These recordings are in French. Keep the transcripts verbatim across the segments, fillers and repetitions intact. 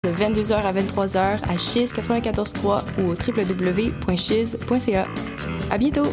de vingt-deux heures à vingt-trois heures à Chiz quatre-vingt-quatorze trois ou au w w w point chiz point c a. À bientôt!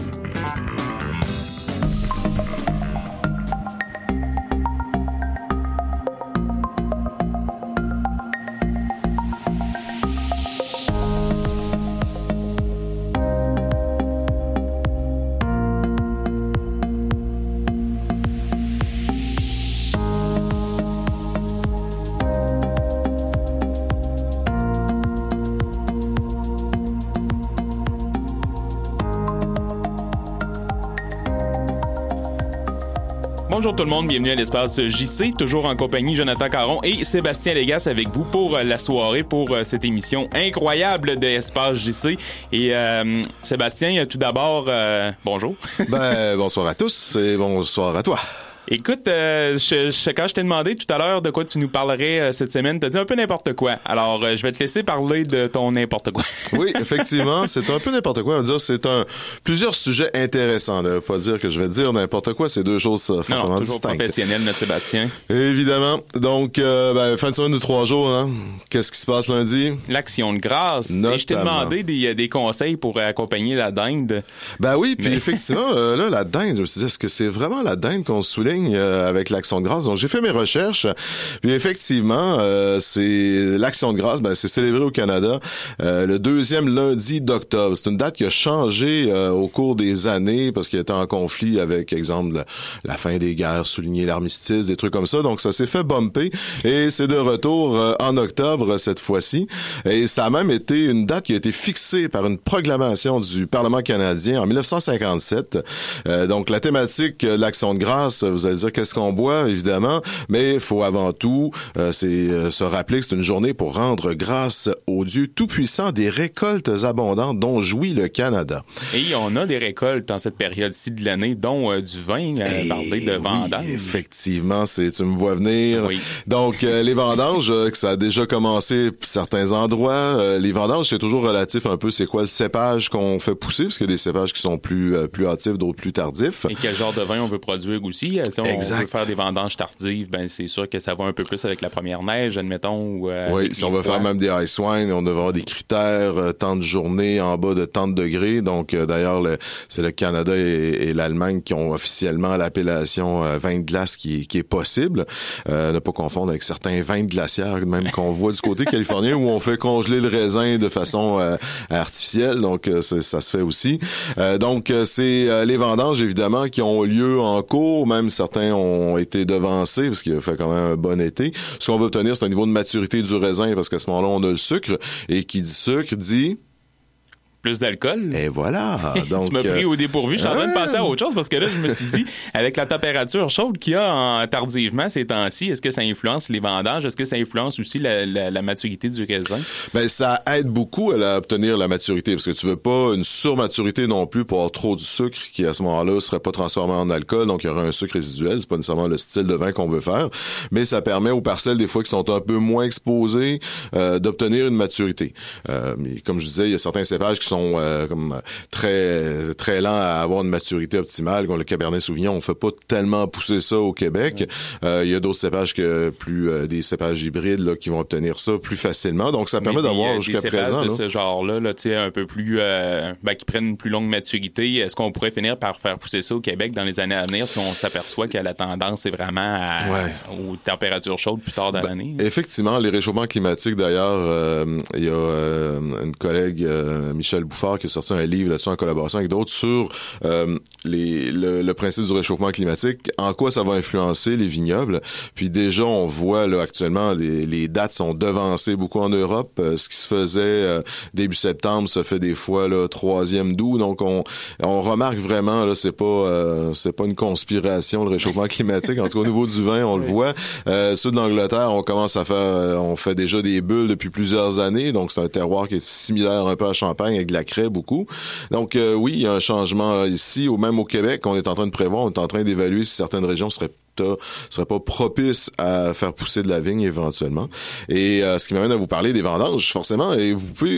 Bonjour tout le monde, bienvenue à l'espace J C, toujours en compagnie Jonathan Caron et Sébastien Légas avec vous pour la soirée, pour cette émission incroyable de Espace J C. Et euh, Sébastien, tout d'abord, euh, bonjour. Ben, bonsoir à tous et bonsoir à toi. Écoute, euh, je, je, quand je t'ai demandé tout à l'heure de quoi tu nous parlerais euh, cette semaine, t'as dit un peu n'importe quoi. Alors, euh, je vais te laisser parler de ton n'importe quoi. Oui, effectivement, c'est un peu n'importe quoi. On va dire, c'est un plusieurs sujets intéressants. Ne pas dire que je vais dire n'importe quoi, c'est deux choses euh, fortement non, toujours distinctes. Professionnel, notre Sébastien. Évidemment. Donc, euh, ben, fin de semaine de trois jours, hein. Qu'est-ce qui se passe lundi? L'Action de grâce. Notamment. Et je t'ai demandé des, des conseils pour accompagner la dinde. Ben oui, puis Mais... effectivement, euh, là, la dinde, je me suis dit, est-ce que c'est vraiment la dinde qu'on souligne euh, avec l'Action de grâce? Donc, j'ai fait mes recherches, puis effectivement, euh, c'est l'Action de grâce, ben, c'est célébré au Canada euh, le deuxième lundi d'octobre. C'est une date qui a changé euh, au cours des années parce qu'il était en conflit avec, exemple, la, la fin des guerres, souligner l'armistice, des trucs comme ça. Donc, ça s'est fait bumper et c'est de retour euh, en octobre cette fois-ci. Et ça a même été une date qui a été fixée par une proclamation du Parlement canadien en dix-neuf cent cinquante-sept. Euh, donc, la thématique de l'Action de grâce, vous allez dire qu'est-ce qu'on boit, évidemment, mais il faut avant tout euh, c'est euh, se rappeler que c'est une journée pour rendre grâce au Dieu tout-puissant des récoltes abondantes dont jouit le Canada. Et on a des récoltes dans cette période-ci de l'année, dont euh, du vin, euh, parler de vendanges. Oui, effectivement, c'est tu me vois venir. Oui. Donc, euh, les vendanges, euh, que ça a déjà commencé certains endroits. Euh, les vendanges, c'est toujours relatif un peu, c'est quoi le cépage qu'on fait pousser, parce qu'il y a des cépages qui sont plus euh, plus hâtifs, d'autres plus tardifs. Et quel genre de vin on veut produire aussi. Si on exact. veut faire des vendanges tardives, ben c'est sûr que ça va un peu plus avec la première neige, admettons. Ou, euh, oui, si on veut faire même des ice wine, on devrait avoir des critères, euh, tant de journées en bas de tant de degrés. Donc, euh, d'ailleurs, le, c'est le Canada et, et l'Allemagne qui ont officiellement l'appellation euh, vin de glace qui, qui est possible. Euh, ne pas confondre avec certains vins de glaciaire, même qu'on voit du côté californien, où on fait congeler le raisin de façon euh, artificielle. Donc, euh, ça se fait aussi. Euh, donc, c'est euh, les vendanges, évidemment, qui ont lieu en cours. Même certains ont été devancés, parce qu'il a fait quand même un bon été. Ce qu'on veut obtenir, c'est un niveau de maturité du raisin, parce qu'à ce moment-là, on a le sucre. Et qui dit sucre, dit... plus d'alcool. Et voilà. Donc, tu m'as pris au dépourvu. Je suis en train de passer à autre chose parce que là, je me suis dit, avec la température chaude qu'il y a en, tardivement ces temps-ci, est-ce que ça influence les vendanges? Est-ce que ça influence aussi la, la, la maturité du raisin? Ben, ça aide beaucoup à la, obtenir la maturité parce que tu veux pas une surmaturité non plus pour avoir trop du sucre qui, à ce moment-là, serait pas transformé en alcool. Donc, il y aurait un sucre résiduel. C'est pas nécessairement le style de vin qu'on veut faire. Mais ça permet aux parcelles, des fois, qui sont un peu moins exposées, euh, d'obtenir une maturité. Euh, mais comme je disais, il y a certains cépages qui sont Euh, comme très très lents à avoir une maturité optimale, comme le Cabernet Sauvignon. On fait pas tellement pousser ça au Québec. Euh, il y a d'autres cépages que plus euh, des cépages hybrides là, qui vont obtenir ça plus facilement. Donc ça permet des, d'avoir des jusqu'à cépages présent de là. ce genre-là, là, tu sais, un peu plus euh, ben, qui prennent une plus longue maturité. Est-ce qu'on pourrait finir par faire pousser ça au Québec dans les années à venir si on s'aperçoit que la tendance est vraiment à, ouais. aux températures chaudes plus tard dans ben, l'année? Effectivement, les réchauffements climatiques d'ailleurs, euh, il y a euh, une collègue euh, Michel Bouffard qui a sorti un livre là-dessus en collaboration avec d'autres sur euh, les, le, le principe du réchauffement climatique, en quoi ça va influencer les vignobles. Puis déjà, on voit là actuellement, les, les dates sont devancées beaucoup en Europe. Euh, ce qui se faisait euh, début septembre se fait des fois là troisième d'août. Donc on on remarque vraiment là, c'est pas euh, c'est pas une conspiration le réchauffement climatique. En tout cas au niveau du vin, on oui. le voit. Euh, ceux de l'Angleterre, on commence à faire, euh, on fait déjà des bulles depuis plusieurs années. Donc c'est un terroir qui est similaire un peu à Champagne avec de la craie beaucoup. Donc euh, oui, il y a un changement ici, ou même au Québec, on est en train de prévoir, on est en train d'évaluer si certaines régions seraient serait pas propice à faire pousser de la vigne éventuellement. Et euh, ce qui m'amène à vous parler des vendanges, forcément, et vous pouvez en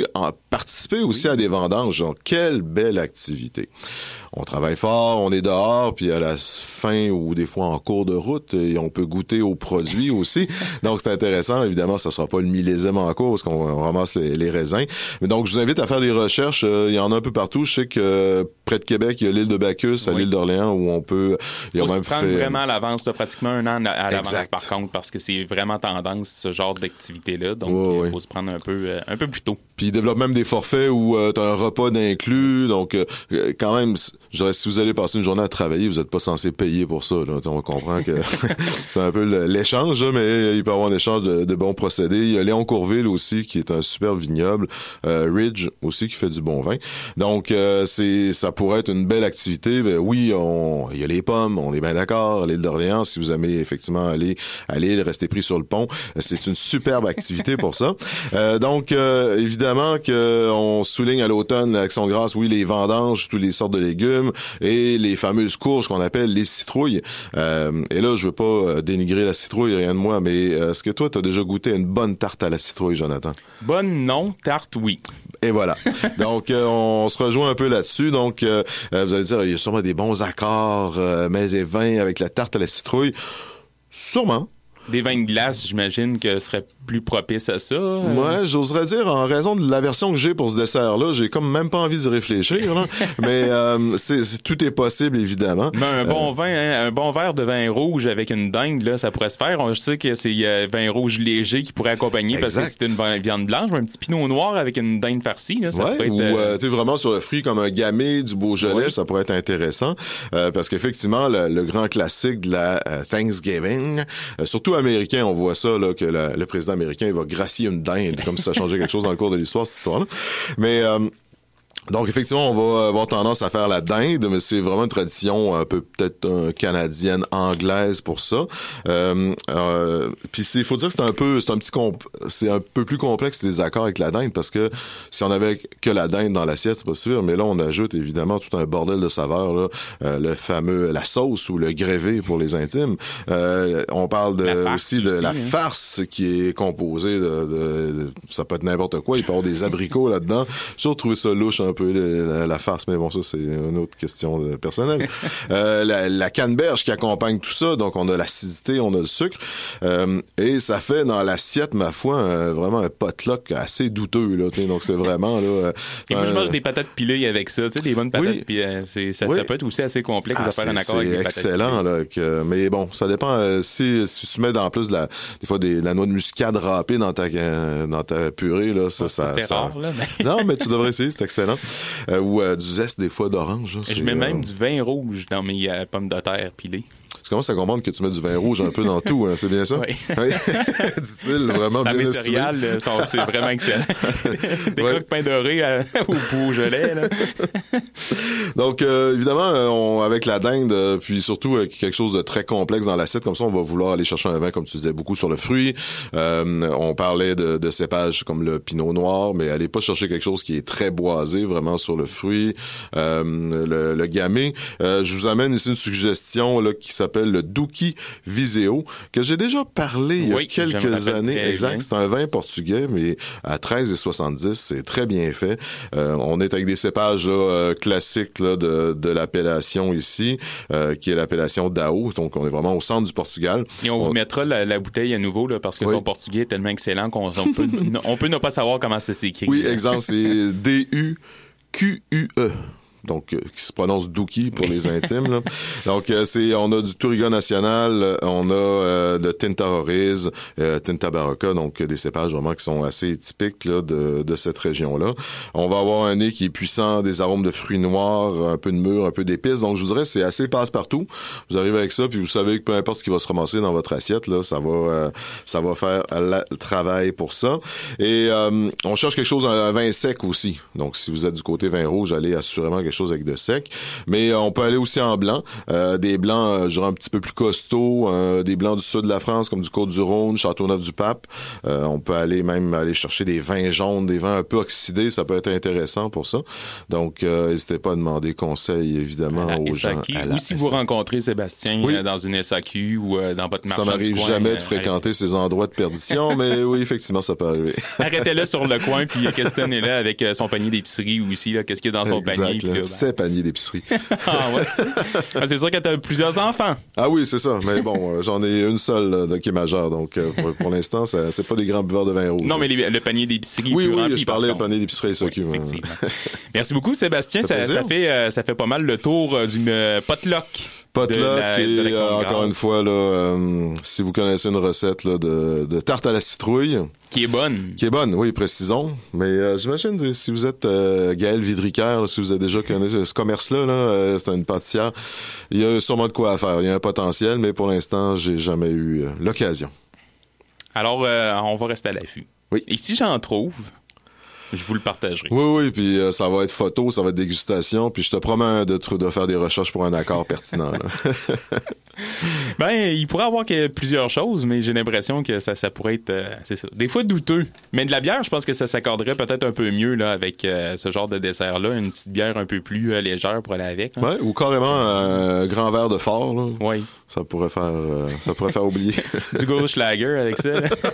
participer aussi oui. à des vendanges. Donc, quelle belle activité. On travaille fort, on est dehors, puis à la fin ou des fois en cours de route, et on peut goûter aux produits aussi. Donc, c'est intéressant. Évidemment, ça sera pas le millésime en cours parce qu'on ramasse les, les raisins. Mais donc, je vous invite à faire des recherches. Euh, il y en a un peu partout. Je sais que euh, près de Québec, il y a l'île de Bacchus, à oui. l'île d'Orléans, où on peut... Il y a Faut même se prendre fait... vraiment à l'avance, là, pratiquement un an à l'avance, exact. Par contre, parce que c'est vraiment tendance, ce genre d'activité-là. Donc, oui, il oui. faut se prendre un peu, euh, un peu plus tôt. Puis, ils développent même des forfaits où euh, tu as un repas d'inclus. Donc, euh, quand même, je dirais, si vous allez passer une journée à travailler, vous n'êtes pas censé payer pour ça. Là. On comprend que c'est un peu l'échange, là, mais il peut y avoir un échange de, de bons procédés. Il y a Léon Courville aussi, qui est un super vignoble. Euh, Ridge aussi, qui fait du bon vin. Donc, euh, c'est ça pourrait être une belle activité. Ben, oui, on, il y a les pommes, on est bien d'accord. L'île d'Orléans, si vous aimez effectivement aller à l'île, rester pris sur le pont, c'est une superbe activité pour ça. Euh, donc, euh, évidemment que on souligne à l'automne l'Action de grâce, oui, les vendanges, toutes les sortes de légumes et les fameuses courges qu'on appelle les citrouilles. Euh, et là, je veux pas dénigrer la citrouille, rien de moi, mais est-ce que toi, tu as déjà goûté une bonne tarte à la citrouille, Jonathan? Bonne non, tarte oui. Et voilà. Donc, euh, on se rejoint un peu là-dessus. Donc, euh, vous allez dire, il y a sûrement des bons accords, euh, mets et vins avec la tarte à la citrouille. Sûrement. Des vins de glace, j'imagine que ce serait plus propice à ça. Euh... Ouais, j'oserais dire, en raison de l'aversion que j'ai pour ce dessert-là, j'ai comme même pas envie d'y réfléchir, là. Mais euh, c'est, c'est, tout est possible, évidemment. Mais un bon euh... vin, hein, un bon verre de vin rouge avec une dinde, là, ça pourrait se faire. Je sais que c'est euh, vin rouge léger qui pourrait accompagner exact. Parce que c'est une viande blanche, mais un petit pinot noir avec une dinde farcie, là, ça ouais, pourrait être... ou euh... tu sais, vraiment sur le fruit comme un gamay, du Beaujolais, oui. ça pourrait être intéressant. Euh, parce qu'effectivement, le, le grand classique de la euh, Thanksgiving, euh, surtout américain, on voit ça, là, que la, le président américain il va gracier une dinde, comme si ça changeait quelque chose dans le cours de l'histoire, cette histoire-là. Mais... Euh, donc, effectivement, on va avoir tendance à faire la dinde, mais c'est vraiment une tradition un peu peut-être euh, canadienne, anglaise pour ça. Euh, euh, puis il faut dire que c'est un peu, c'est un petit, comp- c'est un peu plus complexe les accords avec la dinde parce que si on avait que la dinde dans l'assiette, c'est pas sûr. Mais là, on ajoute évidemment tout un bordel de saveurs, là, euh, le fameux la sauce ou le grévé pour les intimes. Euh, on parle de, aussi de aussi, la hein. farce qui est composée de, de, de, ça peut être n'importe quoi. Il peut y avoir des abricots là-dedans. J'ai toujours trouvé ça louche un peu la, la farce, mais bon, ça, c'est une autre question de personnelle. euh, la, la canneberge qui accompagne tout ça, donc on a l'acidité, on a le sucre, euh, et ça fait dans l'assiette, ma foi, un, vraiment un potluck assez douteux, là, donc c'est vraiment, là... Euh, et moi, je mange des patates pilées avec ça, tu sais, des bonnes patates, oui, puis euh, c'est, ça, oui. ça peut être aussi assez complexe ah, de faire un accord avec des patates pilées. C'est excellent, là, que, mais bon, ça dépend, euh, si, si tu mets en plus de la, des fois, des, la noix de muscade râpée dans ta, euh, dans ta purée, là, ça, ouais, ça... C'est ça, rare, là, mais... Non, mais tu devrais essayer, c'est excellent. Euh, ou euh, du zeste des fois d'orange. Là, je mets même euh... du vin rouge dans mes euh, pommes de terre pilées. Je commence à comprendre que tu mets du vin rouge un peu dans tout, hein, c'est bien ça? Oui. oui. Dit-il, vraiment dans bien mes assumé. céréales, sont, c'est vraiment excellent. Des ouais. croques pain doré à, au Beaujolais. Là. Donc, euh, évidemment, on, avec la dinde, euh, puis surtout avec quelque chose de très complexe dans l'assiette, comme ça, on va vouloir aller chercher un vin, comme tu disais, beaucoup sur le fruit. Euh, on parlait de, de cépages comme le pinot noir, mais allez pas chercher quelque chose qui est très boisé, vraiment sur le fruit. Euh, le, le gamay. Euh, je vous amène ici une suggestion là, qui s'appelle le Duki Viseu, que j'ai déjà parlé il y a oui, quelques années. Exact, bien. C'est un vin portugais, mais à treize virgule soixante-dix, c'est très bien fait. Euh, on est avec des cépages là, euh, classiques là, de, de l'appellation ici, euh, qui est l'appellation d'Ao, donc on est vraiment au centre du Portugal. Et on, on... vous mettra la, la bouteille à nouveau, là, parce que oui. ton portugais est tellement excellent qu'on on peut, on peut ne pas savoir comment ça s'écrit. Oui, exemple, c'est D U Q U E. Donc, euh, qui se prononce Duki pour les intimes. Là. Donc, euh, c'est, on a du Touriga Nacional, on a euh, de Tinta Roriz, euh, Tinta Barroca, donc des cépages vraiment qui sont assez typiques là, de, de cette région-là. On va avoir un nez qui est puissant, des arômes de fruits noirs, un peu de mûr, un peu d'épices. Donc, je vous dirais, c'est assez passe-partout. Vous arrivez avec ça, puis vous savez que peu importe ce qui va se ramasser dans votre assiette, là, ça va euh, ça va faire la, le travail pour ça. Et euh, on cherche quelque chose, un, un vin sec aussi. Donc, si vous êtes du côté vin rouge, allez assurément quelque chose avec de sec. Mais euh, on peut aller aussi en blanc, euh, des blancs, euh, genre un petit peu plus costauds, euh, des blancs du sud de la France, comme du Côte-du-Rhône, Châteauneuf-du-Pape. Euh, on peut aller même aller chercher des vins jaunes, des vins un peu oxydés, ça peut être intéressant pour ça. Donc, euh, n'hésitez pas à demander conseil, évidemment, à la aux S A Q, gens. À la ou si S A Q. Vous rencontrez Sébastien oui. euh, dans une S A Q ou euh, dans votre marchand Ça m'arrive du coin, jamais euh, de fréquenter ces endroits de perdition, mais oui, effectivement, ça peut arriver. Arrêtez-le sur le coin, puis questionnez-le avec euh, son panier d'épicerie aussi, là, qu'est-ce qu'il y a dans son exact, panier. Puis, là, ben... C'est panier d'épicerie. ah ouais, c'est... Ah, c'est sûr que tu as plusieurs enfants. Ah oui, c'est ça. Mais bon, euh, j'en ai une seule là, qui est majeure, donc euh, pour, pour l'instant, ça, c'est pas des grands buveurs de vin rouge. Non, mais les, le panier d'épicerie oui, plus oui, rempli, je parlais du panier d'épicerie S A Q. Oui, effectivement. Merci beaucoup, Sébastien. Ça, ça, ça, fait, euh, ça fait pas mal le tour euh, d'une euh, potluck. Potluck la, et euh, encore une fois, là, euh, si vous connaissez une recette là, de, de tarte à la citrouille. Qui est bonne. Qui est bonne, oui, précisons. Mais euh, j'imagine, si vous êtes euh, Gaël Vidricaire, là, si vous avez déjà connu ce commerce-là, là, euh, c'est une pâtissière, il y a sûrement de quoi à faire. Il y a un potentiel, mais pour l'instant, j'ai jamais eu euh, l'occasion. Alors, euh, on va rester à l'affût. Oui. Et si j'en trouve... je vous le partagerai. Oui, oui, puis euh, ça va être photo, ça va être dégustation, puis je te promets de, de faire des recherches pour un accord pertinent. Ben, il pourrait y avoir que plusieurs choses, mais j'ai l'impression que ça, ça pourrait être, euh, c'est ça, des fois douteux. Mais de la bière, je pense que ça s'accorderait peut-être un peu mieux là avec euh, ce genre de dessert-là, une petite bière un peu plus euh, légère pour aller avec. Là. Ouais, ou carrément un euh, grand verre de fort. Là. Oui. Ça pourrait faire, euh, ça pourrait faire oublier. Du Goldschlager avec ça.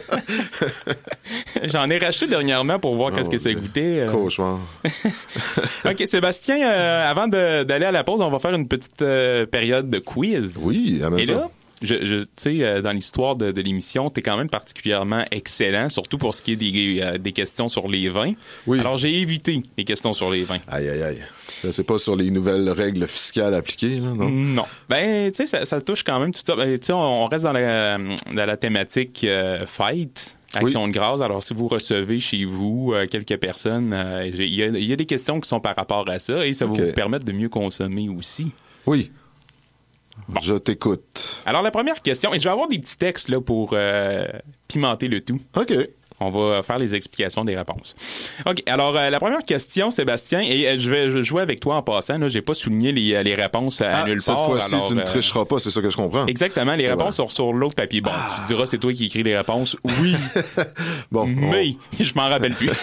J'en ai racheté dernièrement pour voir oh, qu'est-ce que ça goûtait. Euh... Cauchemar. OK, Sébastien, euh, avant de, d'aller à la pause, on va faire une petite euh, période de quiz. Oui, amène Et ça. là, je, je, tu sais, euh, dans l'histoire de, de l'émission, t'es quand même particulièrement excellent, surtout pour ce qui est des, euh, des questions sur les vins. Oui. Alors, j'ai évité les questions sur les vins. Aïe, aïe, aïe. Là, c'est pas sur les nouvelles règles fiscales appliquées, là, non? Non. Ben, tu sais, ça, ça touche quand même tout ça. Ben, tu sais, on, on reste dans la, dans la thématique euh, fête. Action oui. de grâce. Alors, si vous recevez chez vous euh, quelques personnes, euh, il y, y a des questions qui sont par rapport à ça et ça okay. va vous permettre de mieux consommer aussi. Oui. Bon. Je t'écoute. Alors, la première question, et je vais avoir des petits textes là, pour euh, pimenter le tout. OK. On va faire les explications des réponses. OK. Alors, euh, la première question, Sébastien, et euh, je vais je jouer avec toi en passant. Là, j'ai pas souligné les, les réponses à ah, nulle cette part. Cette fois-ci, alors, tu ne euh, tricheras pas, c'est ça que je comprends. Exactement. Les et réponses voilà. sont sur l'autre papier. Bon, ah. tu diras, c'est toi qui écris les réponses. Oui. bon. Mais, on... je m'en rappelle plus.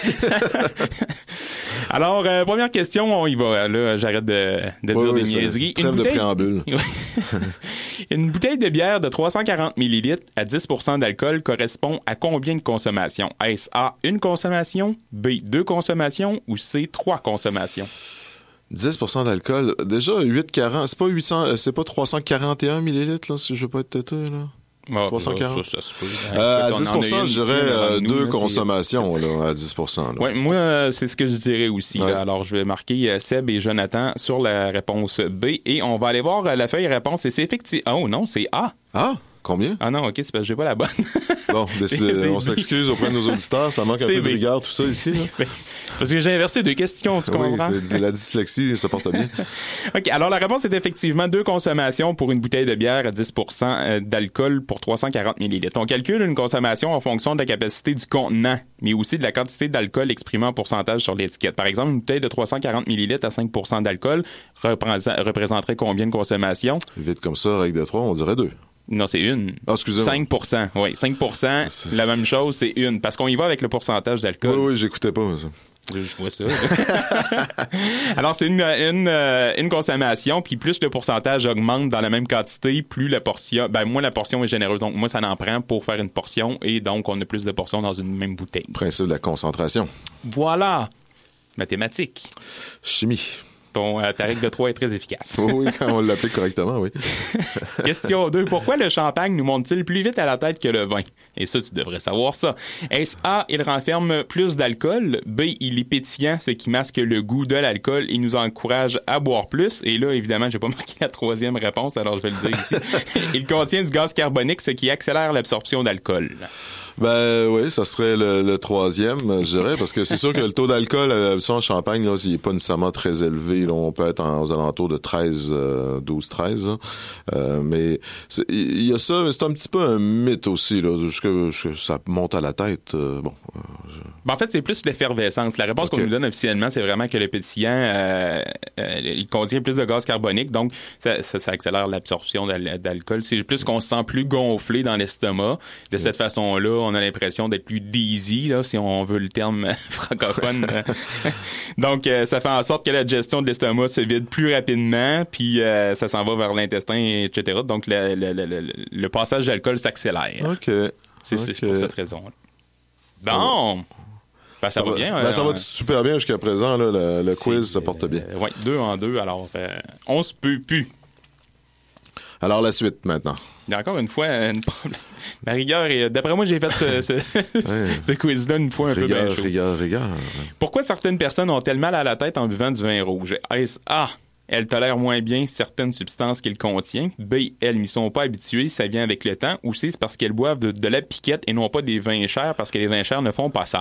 Alors, euh, première question, on y va. Là, j'arrête de, de oui, dire oui, des niaiseries. Trêve Une de bouteille... préambule. Une bouteille de bière de trois cent quarante millilitres à dix pour cent d'alcool correspond à combien de consommations? Est-ce A, une consommation, B, deux consommations ou C, trois consommations? dix pour cent d'alcool. Déjà, huit quarante, c'est pas huit cents, c'est pas trois cent quarante et un millilitres, là, si je veux pas être têteux, là. Ah, trois cent quarante. Ça, ça, ça, ça, euh, à dix pour cent, je dirais euh, deux nous, consommations là, à dix pour cent. Là. Ouais, moi, euh, c'est ce que je dirais aussi. Ouais. Là. Alors, je vais marquer euh, Seb et Jonathan sur la réponse B et on va aller voir euh, la feuille réponse. Et c'est effectivement... Oh non, c'est A. Ah, combien? Ah non, OK, c'est parce que j'ai pas la bonne. Bon, c'est, on s'excuse auprès de nos auditeurs. Ça manque un peu de rigueur, tout ça ici. Là. Parce que j'ai inversé deux questions, tu oui, comprends? C'est, la dyslexie, ça porte bien. OK, alors la réponse est effectivement deux consommations pour une bouteille de bière à dix pour cent d'alcool pour trois cent quarante millilitres. On calcule une consommation en fonction de la capacité du contenant, mais aussi de la quantité d'alcool exprimée en pourcentage sur l'étiquette. Par exemple, une bouteille de trois cent quarante millilitres à cinq pour cent d'alcool représenterait combien de consommation? Vite comme ça, règle de trois, on dirait deux. Non, c'est une. Ah, excusez-moi. cinq pour cent, oui. cinq pour cent, c'est... la même chose, c'est une. Parce qu'on y va avec le pourcentage d'alcool. Oui, oui, j'écoutais pas, ça. Je vois ça. Alors, c'est une, une, une consommation, puis plus le pourcentage augmente dans la même quantité, plus la portion... Ben, moins la portion est généreuse. Donc, moi, ça en prend pour faire une portion, et donc, on a plus de portions dans une même bouteille. Principe de la concentration. Voilà. Mathématiques. Chimie. Ton, euh, ta règle de trois est très efficace. Oui, oui, quand on l'applique correctement, oui. Question deux. Pourquoi le champagne nous monte-t-il plus vite à la tête que le vin? Et ça, tu devrais savoir ça. Est-ce A, il renferme plus d'alcool? B, il est pétillant, ce qui masque le goût de l'alcool et nous encourage à boire plus? Et là, évidemment, j'ai pas marqué la troisième réponse, alors je vais le dire ici. Il contient du gaz carbonique, ce qui accélère l'absorption d'alcool. Ben oui, ça serait le, le troisième, je dirais, parce que c'est sûr que le taux d'alcool, habituellement en Champagne, là, il n'est pas nécessairement très élevé. Là, on peut être en, aux alentours de treize, douze, treize. Euh, mais il y a ça, mais c'est un petit peu un mythe aussi, là, jusque, jusque ça monte à la tête. Euh, bon. Euh, je... ben, en fait, c'est plus l'effervescence. La réponse okay. qu'on nous donne officiellement, c'est vraiment que le pétillant, euh, euh, il contient plus de gaz carbonique, donc ça, ça, ça accélère l'absorption d'al- d'alcool. C'est plus qu'on se sent plus gonflé dans l'estomac. De cette ouais. façon-là, on a l'impression d'être plus dizzy, là, si on veut le terme francophone. Donc, euh, ça fait en sorte que la digestion de l'estomac se vide plus rapidement, puis euh, ça s'en va vers l'intestin, et cetera. Donc, le, le, le, le, le passage d'alcool s'accélère. OK. C'est, okay. c'est pour cette raison-là. Bon! Ben, ça, ça va, va bien. Ben, euh, ça va super bien jusqu'à présent. Là, le, le quiz se porte bien. Euh, oui, deux en deux. Alors, euh, on se peut plus. Alors, la suite, maintenant. Il y a encore une fois une problème. La rigueur, et d'après moi, j'ai fait ce, ce, ouais. ce quiz-là une fois un rigueur, peu bien chaud. Rigueur, rigueur, Pourquoi certaines personnes ont-elles mal à la tête en buvant du vin rouge? Est-ce A, elles tolèrent moins bien certaines substances qu'il contient? B, elles n'y sont pas habituées, ça vient avec le temps? Ou C, c'est parce qu'elles boivent de, de la piquette et non pas des vins chers parce que les vins chers ne font pas ça?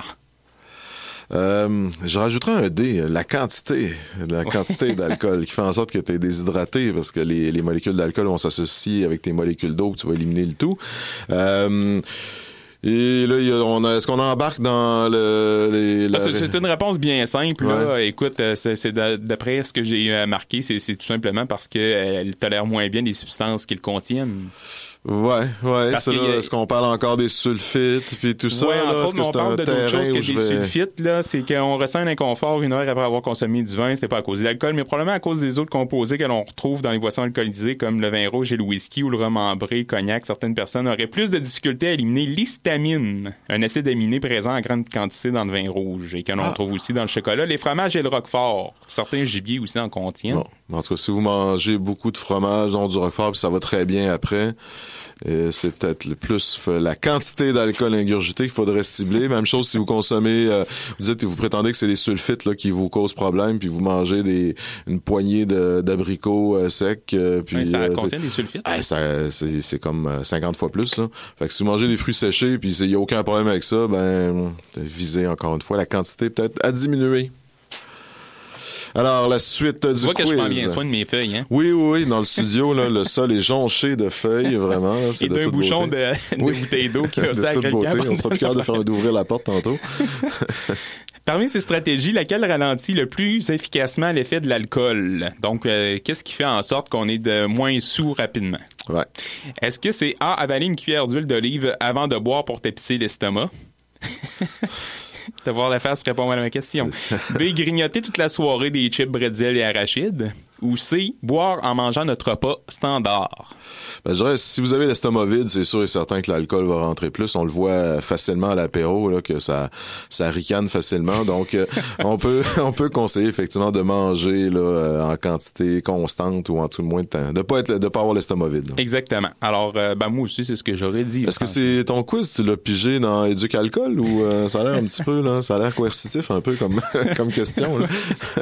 Euh, je rajouterais un D, la quantité, la quantité d'alcool qui fait en sorte que tu es déshydraté parce que les, les molécules d'alcool vont s'associer avec tes molécules d'eau, tu vas éliminer le tout. Euh, Et là, on a, est-ce qu'on embarque dans le... Les, la... ah, c'est, c'est une réponse bien simple. Ouais. Là. Écoute, c'est, c'est d'après ce que j'ai marqué, c'est, c'est tout simplement parce qu'elle tolère moins bien les substances qu'ils contiennent. Ouais, ouais. Parce Ça, là, a... est-ce qu'on parle encore des sulfites puis tout ça? Ouais, là? entre Est-ce autres, que on c'est parle un de d'autres choses que des vais... sulfites. Là, c'est qu'on ressent un inconfort une heure après avoir consommé du vin. C'était pas à cause de l'alcool, mais probablement à cause des autres composés que l'on retrouve dans les boissons alcoolisées comme le vin rouge et le whisky ou le rhum ambré, le cognac. Certaines personnes auraient plus de difficultés à éliminer l'histamine, un acide aminé présent en grande quantité dans le vin rouge et que l'on ah. trouve aussi dans le chocolat, les fromages et le roquefort. Certains gibiers aussi en contiennent. Bon, en tout cas, si vous mangez beaucoup de fromage, dont du roquefort, puis ça va très bien après... Et c'est peut-être le plus la quantité d'alcool ingurgité qu'il faudrait cibler. Même chose si vous consommez, euh, vous dites, vous prétendez que c'est des sulfites là qui vous causent problème, puis vous mangez des une poignée de, d'abricots euh, secs. Euh, puis ouais, ça euh, contient des sulfites. Ah, ça, c'est, c'est comme cinquante fois plus. Là. Fait que si vous mangez des fruits séchés, puis il y a aucun problème avec ça, ben visez encore une fois la quantité peut-être à diminuer. Alors, la suite du quiz. Tu vois que je prends bien soin de mes feuilles, hein? Oui, oui, oui. Dans le studio, là, le sol est jonché de feuilles, vraiment. Là, c'est et de d'un bouchon beauté. de, de oui. bouteille d'eau qui a ça à quelqu'un. Beauté. On sera plus capable de faire d'ouvrir la porte tantôt. Parmi ces stratégies, laquelle ralentit le plus efficacement l'effet de l'alcool? Donc, euh, qu'est-ce qui fait en sorte qu'on est de moins sous rapidement? Ouais. Est-ce que c'est A, avaler une cuillère d'huile d'olive avant de boire pour t'épicer l'estomac? De voir la face répondre à ma question. B, grignoter toute la soirée des chips, bretzels et arachides. Ou C, boire en mangeant notre repas standard. Ben, je dirais, si vous avez l'estomac vide, c'est sûr et certain que l'alcool va rentrer plus. On le voit facilement à l'apéro, là, que ça, ça ricane facilement. Donc, euh, on peut, on peut conseiller effectivement de manger, là, euh, en quantité constante ou en tout le moins de temps. De pas être, de pas avoir l'estomac vide. Là. Exactement. Alors, euh, ben, moi aussi, c'est ce que j'aurais dit. Est-ce que c'est ton quiz, tu l'as pigé dans Éduc-Alcool ou euh, ça a l'air un petit peu, là, ça a l'air coercitif un peu comme, comme question, là.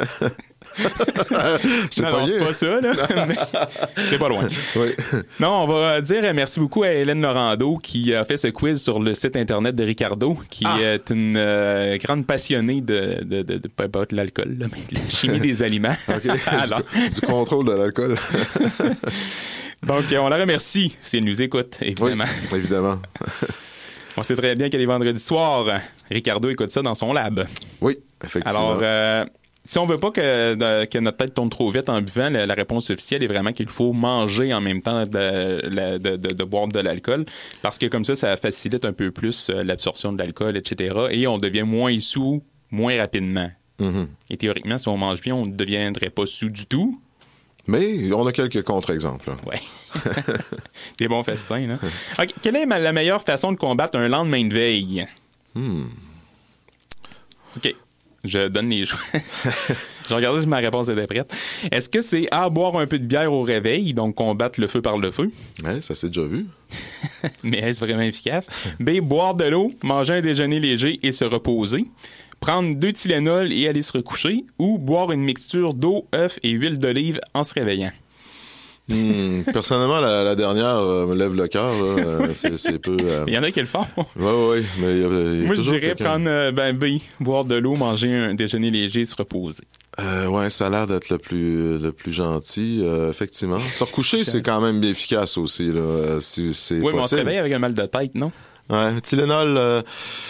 non, non, c'est pas ça, là. Mais c'est pas loin. Oui. Non, on va dire merci beaucoup à Hélène Laurando qui a fait ce quiz sur le site internet de Ricardo, qui ah. est une euh, grande passionnée de, de, de, de pas de l'alcool, là, mais de la chimie des aliments. Okay. Alors. Du, du contrôle de l'alcool. Donc, on la remercie si elle nous écoute, évidemment. Oui, évidemment. On sait très bien qu'elle est vendredi soir. Ricardo écoute ça dans son lab. Oui, effectivement. Alors, euh, si on veut pas que, de, que notre tête tourne trop vite en buvant, la, la réponse officielle est vraiment qu'il faut manger en même temps de, de, de, de boire de l'alcool, parce que comme ça, ça facilite un peu plus l'absorption de l'alcool, et cetera. Et on devient moins sous moins rapidement. Mm-hmm. Et théoriquement, si on mange bien, on ne deviendrait pas sous du tout. Mais on a quelques contre-exemples. Oui. Des bons festins, là. Okay. Quelle est la meilleure façon de combattre un lendemain de veille? Hmm. OK. Je donne les choix. Je regardais si ma réponse était prête. Est-ce que c'est A, boire un peu de bière au réveil, donc combattre le feu par le feu? Ouais, ça s'est déjà vu. Mais est-ce vraiment efficace? B, boire de l'eau, manger un déjeuner léger et se reposer. Prendre deux Tylenol et aller se recoucher. Ou boire une mixture d'eau, œufs et huile d'olive en se réveillant. Mmh, personnellement, la, la dernière euh, me lève le cœur. Là, euh, c'est, c'est peu. Euh... Il y en a qui le font. Oui, oui, oui. Mais il y a, il y a Moi, je dirais quelqu'un... prendre euh, ben, B, boire de l'eau, manger un déjeuner léger, se reposer. Euh, ouais, ça a l'air d'être le plus le plus gentil, euh, effectivement. Se recoucher, c'est quand même bien efficace aussi. Là, si c'est oui, possible. mais on se réveille avec un mal de tête, non? Ouais, Tylenol, euh,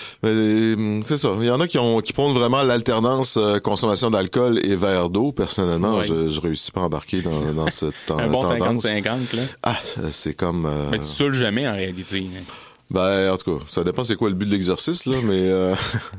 euh, c'est ça. Il y en a qui ont qui prônent vraiment l'alternance euh, consommation d'alcool et verre d'eau. Personnellement, ouais. je, je réussis pas à embarquer dans, dans cette ten- un bon tendance. cinquante cinquante, là. Ah, c'est comme... Euh... Mais tu saoules jamais, en réalité. Hein. Ben, en tout cas, ça dépend c'est quoi le but de l'exercice, là, mais... Euh...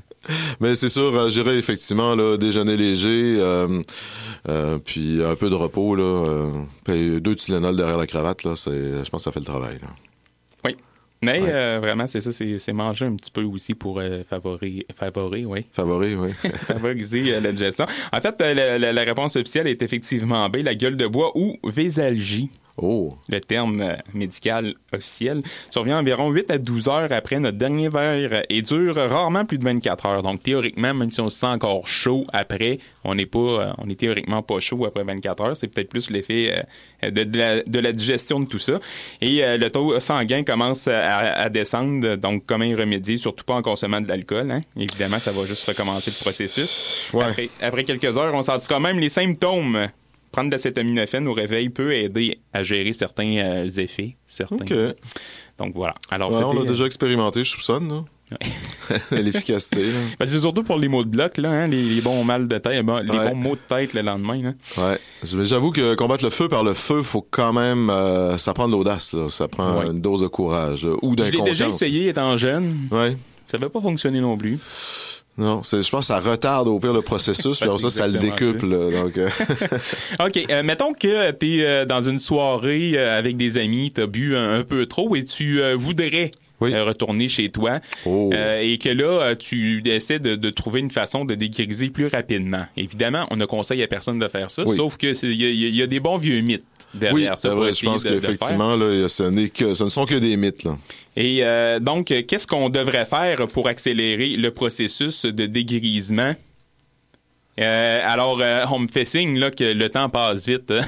Mais c'est sûr, euh, j'irais effectivement là, déjeuner léger, euh, euh, puis un peu de repos, là, euh, puis deux Tylenol derrière la cravate, là, c'est, je pense que ça fait le travail. Là. Oui. Mais ouais. euh, vraiment, c'est ça, c'est, c'est manger un petit peu aussi pour euh, favori, favori, oui. Favori, oui. Favoriser euh, la digestion. En fait, euh, la, la, la réponse officielle est effectivement B, la gueule de bois ou vésalgie. Oh. Le terme euh, médical officiel survient environ huit à douze heures après notre dernier verre et dure rarement plus de vingt-quatre heures. Donc, théoriquement, même si on se sent encore chaud après, on n'est pas, euh, on est théoriquement pas chaud après vingt-quatre heures. C'est peut-être plus l'effet euh, de, de, la, de la digestion de tout ça. Et euh, le taux sanguin commence à, à descendre. Donc, comment y remédier? Surtout pas en consommant de l'alcool. Hein? Évidemment, ça va juste recommencer le processus. Ouais. Après, après quelques heures, on sentira même les symptômes. Prendre de l'acétaminophène au réveil peut aider à gérer certains euh, effets. Certains. OK. Donc, voilà. Alors, ouais, on l'a euh... déjà expérimenté, je soupçonne. Là. Ouais. L'efficacité. Là. Ben, c'est surtout pour les maux de bloc, là, hein, les, les bons mal de tête, bon, les ouais. bons maux de tête le lendemain. Là. Ouais. J'avoue que combattre le feu par le feu, faut quand même... Euh, ça prend de l'audace. Là. Ça prend ouais. une dose de courage là, ou d'inconscience. Je l'ai déjà essayé étant jeune. Ouais. Ça n'avait pas fonctionné non plus. Non, c'est, je pense que ça retarde au pire le processus, puis alors ça, ça le décuple. Là, donc, euh... OK. Euh, mettons que t'es euh, dans une soirée euh, avec des amis, t'as bu un, un peu trop et tu euh, voudrais oui. euh, retourner chez toi oh. euh, et que là, tu essaies de, de trouver une façon de dégriser plus rapidement. Évidemment, on ne conseille à personne de faire ça, oui. sauf que il y, y, y a des bons vieux mythes derrière oui, ça. Oui, vrai, je pense de, qu'effectivement, de là, ce, n'est que, ce ne sont que des mythes. Là. Et euh, donc, qu'est-ce qu'on devrait faire pour accélérer le processus de dégrisement? Euh, alors, euh, on me fait signe là, que le temps passe vite. Hein?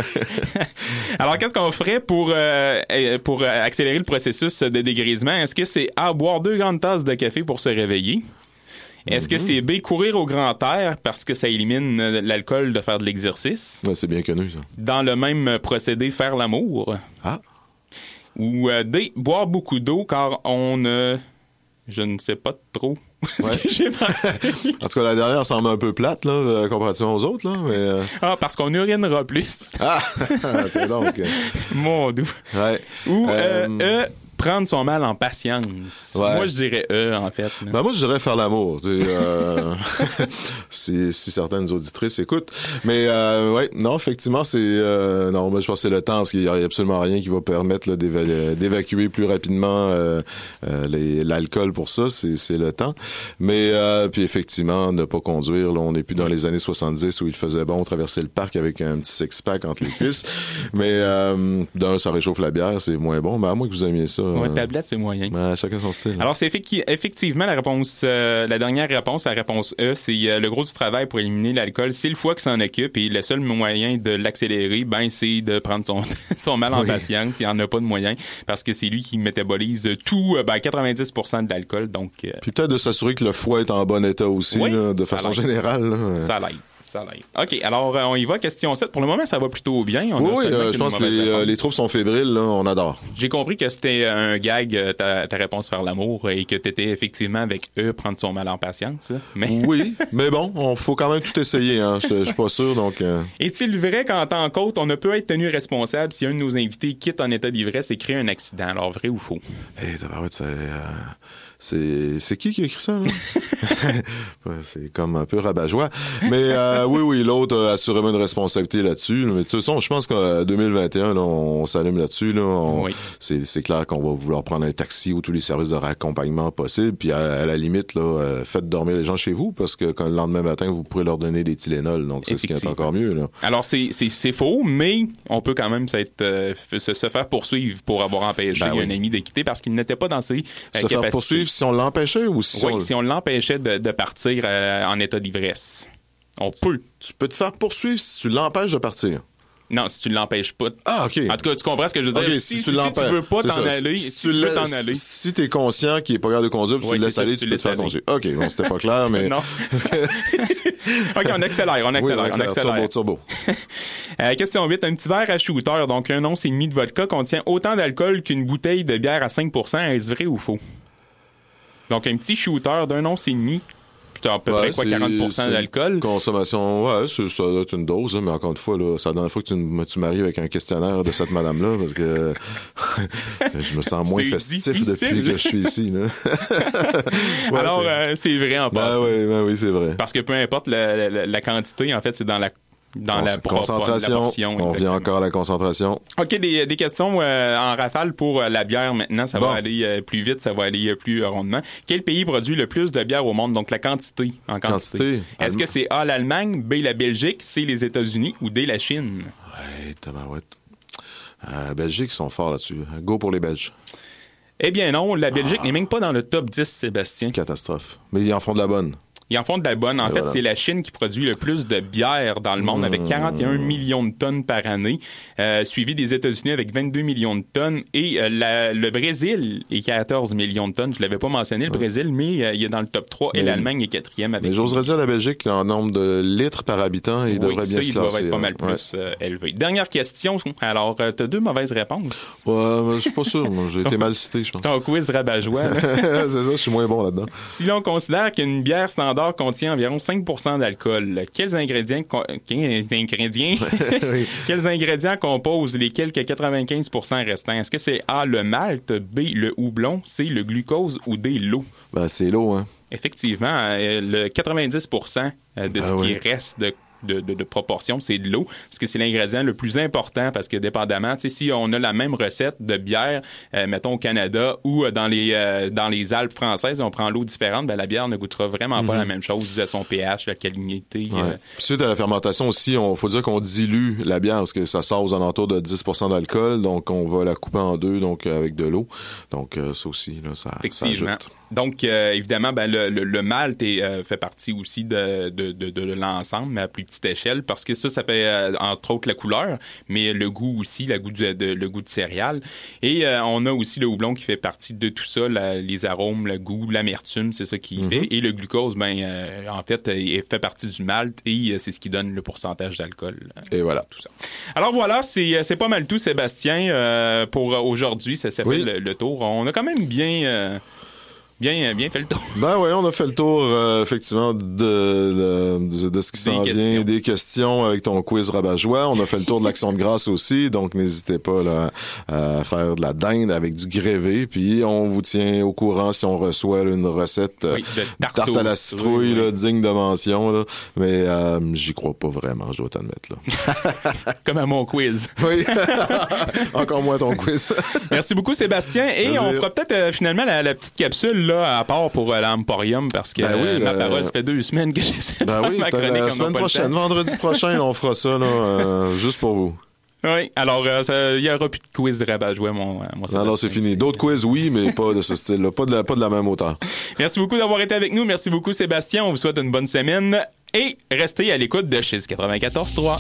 Alors, qu'est-ce qu'on ferait pour, euh, pour accélérer le processus de dégrisement? Est-ce que c'est A, boire deux grandes tasses de café pour se réveiller? Est-ce mm-hmm. que c'est B, courir au grand air parce que ça élimine l'alcool de faire de l'exercice? Ouais, c'est bien connu, ça. Dans le même procédé, faire l'amour? Ah. Ou euh, D, boire beaucoup d'eau car on ne... Euh, je ne sais pas trop ce ouais. que j'ai marqué. En tout cas, la dernière semble un peu plate, là, euh, comparativement aux autres, là, mais... Euh... Ah, parce qu'on urinera plus. Ah! C'est donc... Euh... Mon doux. Ouais. Ou euh... Euh, E... prendre son mal en patience. Ouais. Moi, je dirais E, en fait. Là. Ben moi, je dirais faire l'amour. Euh, si, si certaines auditrices écoutent. Mais euh, ouais, non, effectivement, c'est... Euh, non, moi, je pense que c'est le temps, parce qu'il n'y a absolument rien qui va permettre là, d'éva- d'évacuer plus rapidement euh, euh, les, l'alcool pour ça. C'est, c'est le temps. Mais euh, puis effectivement, ne pas conduire. Là, on n'est plus dans les années soixante-dix où il faisait bon traverser le parc avec un petit six-pack entre les cuisses. Mais euh, d'un, ça réchauffe la bière, c'est moins bon. Mais à moins que vous aimiez ça... Ouais, tablette, c'est moyen. Ben, chacun son style. Alors, c'est effecti- effectivement la réponse, euh, la dernière réponse, la réponse E, c'est euh, le gros du travail pour éliminer l'alcool. C'est le foie qui s'en occupe et le seul moyen de l'accélérer, ben, c'est de prendre son, son mal en oui. patience. Il n'y en a pas de moyen parce que c'est lui qui métabolise tout, ben, quatre-vingt-dix pour cent de l'alcool. Donc, euh... Puis peut-être de s'assurer que le foie est en bon état aussi, oui, là, de façon l'aide. générale. Là. Ça l'aide. Ça l'aide. OK, alors euh, on y va. Question sept. Pour le moment, ça va plutôt bien. On oui, oui euh, je pense que les, euh, les troupes sont fébriles. Là, on adore. J'ai compris que c'était un gag, ta, ta réponse faire l'amour, et que t'étais effectivement avec eux prendre son mal en patience. Mais... oui, mais bon, on faut quand même tout essayer. Hein. Je suis pas sûr. Donc. Euh... Est-il vrai qu'en tant qu'hôte, on ne peut être tenu responsable si un de nos invités quitte en état d'ivresse et crée un accident? Alors, vrai ou faux? Eh, hey, c'est... Euh... C'est, c'est qui qui a écrit ça, là? C'est comme un peu rabat-joie. Mais euh, oui, oui, l'autre a assurément une responsabilité là-dessus. Mais de toute façon, je pense qu'en deux mille vingt et un, là, on s'allume là-dessus. Là, on, oui. c'est, c'est clair qu'on va vouloir prendre un taxi ou tous les services de raccompagnement possibles. Puis à, à la limite, là, euh, faites dormir les gens chez vous parce que quand le lendemain matin, vous pourrez leur donner des Tylenol. Donc c'est ce qui est encore mieux. Là. Alors c'est, c'est, c'est faux, mais on peut quand même s'être, euh, se, se faire poursuivre pour avoir empêché ben oui. un ami de quitter parce qu'il n'était pas dans ses euh, se capacités. Faire poursuivre si on l'empêchait ou si oui, on... si on l'empêchait de, de partir euh, en état d'ivresse. On peut. Tu peux te faire poursuivre si tu l'empêches de partir. Non, si tu l'empêches pas. Ah, OK. En tout cas, tu comprends ce que je veux dire? Okay, si, si, si, tu si tu veux pas t'en ça. aller, si, si tu tu veux t'en aller. Si t'es conscient qu'il est pas capable de conduire, puis oui, tu le laisses ça, aller, tu tu peux te faire conduire. OK, bon, c'était pas clair, mais... non. OK, on accélère, on accélère, oui, on on accélère. accélère. Turbo, turbo. euh, question huit. Un petit verre à shooter, donc un once et demi de vodka, contient autant d'alcool qu'une bouteille de bière à cinq pour cent. Est-ce vrai ou faux? Donc, un petit shooter d'un once et demi, c'est à peu ouais, près quoi, quarante pour cent d'alcool. Consommation, ouais, c'est, ça doit être une dose, hein, mais encore une fois, là, c'est la dernière fois que tu, tu m'arrives avec un questionnaire de cette madame-là, parce que je me sens moins c'est festif difficile. depuis que je suis ici. Là. ouais, Alors, c'est... Euh, c'est vrai en ben passant. oui, ben oui, c'est vrai. Parce que peu importe la, la, la quantité, en fait, c'est dans la dans Con- la, concentration. la portion. On vient encore à la concentration. OK, des, des questions euh, en rafale pour euh, la bière maintenant. Ça bon. va aller euh, plus vite, ça va aller euh, plus euh, rondement. Quel pays produit le plus de bière au monde? Donc, la quantité en quantité. Quantité. Est-ce que c'est A, l'Allemagne, B, la Belgique, C, les États-Unis ou D, la Chine? Ouais, tabarouette. Euh, Belgique, ils sont forts là-dessus. Go pour les Belges. Eh bien non, la Belgique ah. n'est même pas dans le top dix, Sébastien. Catastrophe. Mais ils en font de la bonne. Ils en font de la bonne. En et fait, voilà. C'est la Chine qui produit le plus de bière dans le monde, mmh. avec quarante et un millions de tonnes par année, euh, suivi des États-Unis avec vingt-deux millions de tonnes. Et euh, la, le Brésil est quatorze millions de tonnes. Je l'avais pas mentionné, le mmh. Brésil, mais euh, il est dans le top trois. Et mmh. l'Allemagne est quatrième. Avec mais j'oserais dire la Belgique, en nombre de litres par habitant, il oui, devrait bien ça, se il classer. doit être pas mal ouais. plus euh, élevé. Dernière question. Alors, euh, tu as deux mauvaises réponses. Ouais, je suis pas sûr. Moi, j'ai été mal cité, je pense. Ton quiz rabat-joie. C'est ça, je suis moins bon là-dedans. Si l'on considère qu'une bière standard contient environ cinq pour cent d'alcool, quels ingrédients quels ingrédients oui. quels ingrédients composent les quelques quatre-vingt-quinze pour cent restants? Est-ce que c'est A, le malt, B, le houblon, C, le glucose ou D, l'eau? Ben, c'est l'eau, hein. Effectivement, le quatre-vingt-dix pour cent de ce ah, qui oui. reste de De, de, de proportion, c'est de l'eau, parce que c'est l'ingrédient le plus important, parce que dépendamment, tu sais, si on a la même recette de bière, euh, mettons au Canada ou euh, dans les euh, dans les Alpes françaises, on prend l'eau différente, ben la bière ne goûtera vraiment mm-hmm. pas la même chose, dû à son pH, la qualité. Ouais. Euh... Puis suite à la fermentation aussi, on faut dire qu'on dilue la bière, parce que ça sort aux alentours de dix pour cent d'alcool, donc on va la couper en deux, donc avec de l'eau. Donc euh, ça aussi, là, ça, ça ajoute. Donc, euh, évidemment, ben, le, le, le malt est, euh, fait partie aussi de, de, de, de l'ensemble, mais à plus petite échelle, parce que ça, ça fait, euh, entre autres, la couleur, mais le goût aussi, la goût de, de, le goût de céréales. Et euh, on a aussi le houblon qui fait partie de tout ça, la, les arômes, le goût, l'amertume, c'est ça qui mm-hmm. fait. Et le glucose, ben, euh, en fait, il fait partie du malt et euh, c'est ce qui donne le pourcentage d'alcool. Euh, et voilà. Tout ça. Alors voilà, c'est, c'est pas mal tout, Sébastien, euh, pour aujourd'hui. Ça, ça oui. fait le, le tour. On a quand même bien... Euh, Bien, bien fait le tour. Ben oui, on a fait le tour, euh, effectivement, de, de, de ce qui s'en vient, des questions avec ton quiz rabat-joie. On a fait le tour de l'Action de grâce aussi, donc n'hésitez pas là, à faire de la dinde avec du grévé. Puis on vous tient au courant si on reçoit là, une recette oui, de tarte, tarte à la citrouille, oui, là, oui. digne de mention. Là. Mais euh, j'y crois pas vraiment, je dois t'admettre. Là. Comme à mon quiz. Oui, encore moins ton quiz. Merci beaucoup, Sébastien. Et Vas-y. On fera peut-être euh, finalement la, la petite capsule là, à part pour euh, l'Emporium, parce que ben oui, euh, ma euh... parole, ça fait deux semaines que j'essaie ben de oui, ma chronique. La semaine prochaine, vendredi prochain, on fera ça, là, euh, juste pour vous. Oui, alors euh, il y aura plus de quiz de rabat-joie, mon, mon Non, non, c'est fini. D'autres quiz, oui, mais pas de ce style-là, pas de la, pas de la même hauteur. Merci beaucoup d'avoir été avec nous. Merci beaucoup, Sébastien. On vous souhaite une bonne semaine et restez à l'écoute de Chiz quatre-vingt-quatorze trois.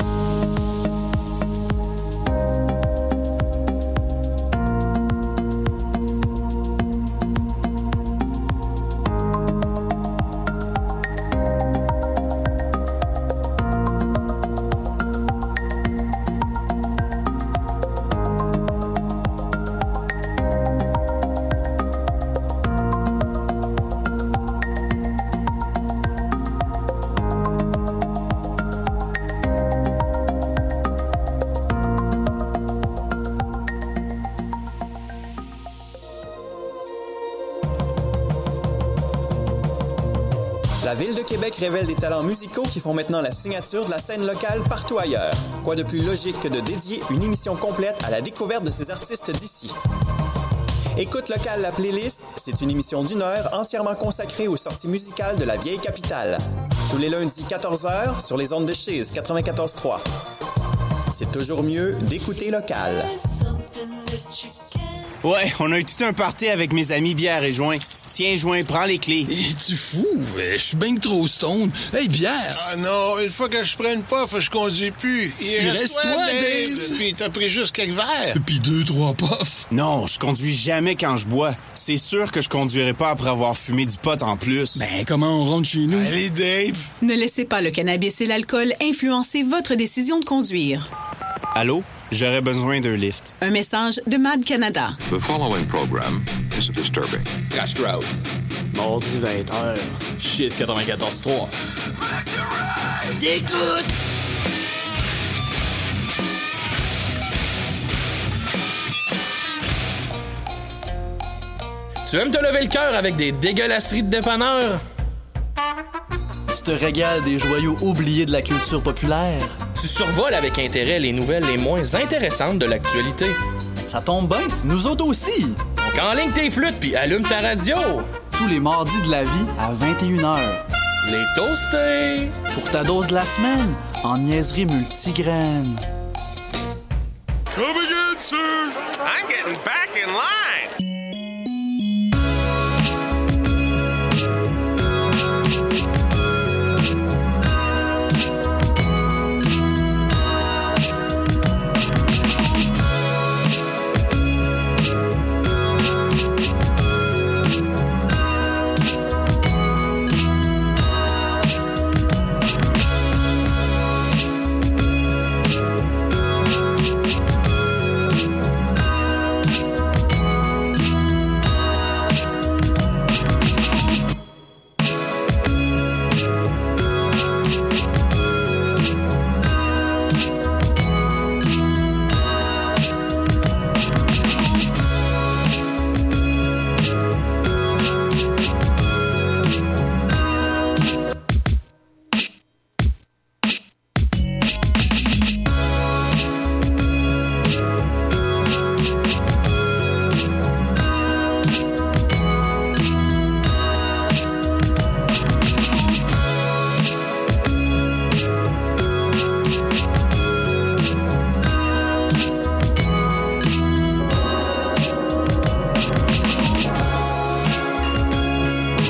La Ville de Québec révèle des talents musicaux qui font maintenant la signature de la scène locale partout ailleurs. Quoi de plus logique que de dédier une émission complète à la découverte de ces artistes d'ici? Écoute Local, la playlist, c'est une émission d'une heure entièrement consacrée aux sorties musicales de la vieille capitale. Tous les lundis quatorze heures sur les ondes de Chiz quatre-vingt-quatorze trois. C'est toujours mieux d'écouter Local. Ouais, on a eu tout un party avec mes amis bière et joint. Tiens, joint, prends les clés. Es-tu fou? Je suis bien trop stone. Hey, bière! Ah non, une fois que je prends une puff, je conduis plus. Il, Il reste, reste toi, toi, Dave. Dave. Puis t'as pris juste quelques verres. Puis deux, trois puffs. Non, je conduis jamais quand je bois. C'est sûr que je conduirai pas après avoir fumé du pot en plus. Ben, comment on rentre chez nous? Allez, Dave. Ne laissez pas le cannabis et l'alcool influencer votre décision de conduire. Allô? J'aurais besoin d'un lift. Un message de Mad Canada. The following program is disturbing. Crash Crowd. Mardi vingt heures. Chiz quatre-vingt-quatorze trois. T'écoutes! Tu aimes te lever le cœur avec des dégueulasseries de dépanneurs? Tu te régales des joyaux oubliés de la culture populaire. Tu survoles avec intérêt les nouvelles les moins intéressantes de l'actualité. Ça tombe bien, nous autres aussi. Donc enligne tes flûtes puis allume ta radio. Tous les mardis de la vie à vingt et une heures. Les toastés. Pour ta dose de la semaine, en niaiserie multigraine. Come again, sir! I'm getting back in line.